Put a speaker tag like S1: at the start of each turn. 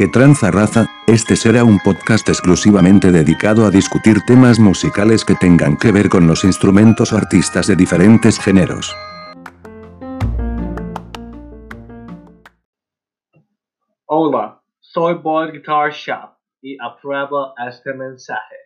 S1: ¿Qué tranza raza? Este será un podcast exclusivamente dedicado a discutir temas musicales que tengan que ver con los instrumentos o artistas de diferentes géneros.
S2: Hola, soy Boyd Guitar Shop y apruebo este mensaje.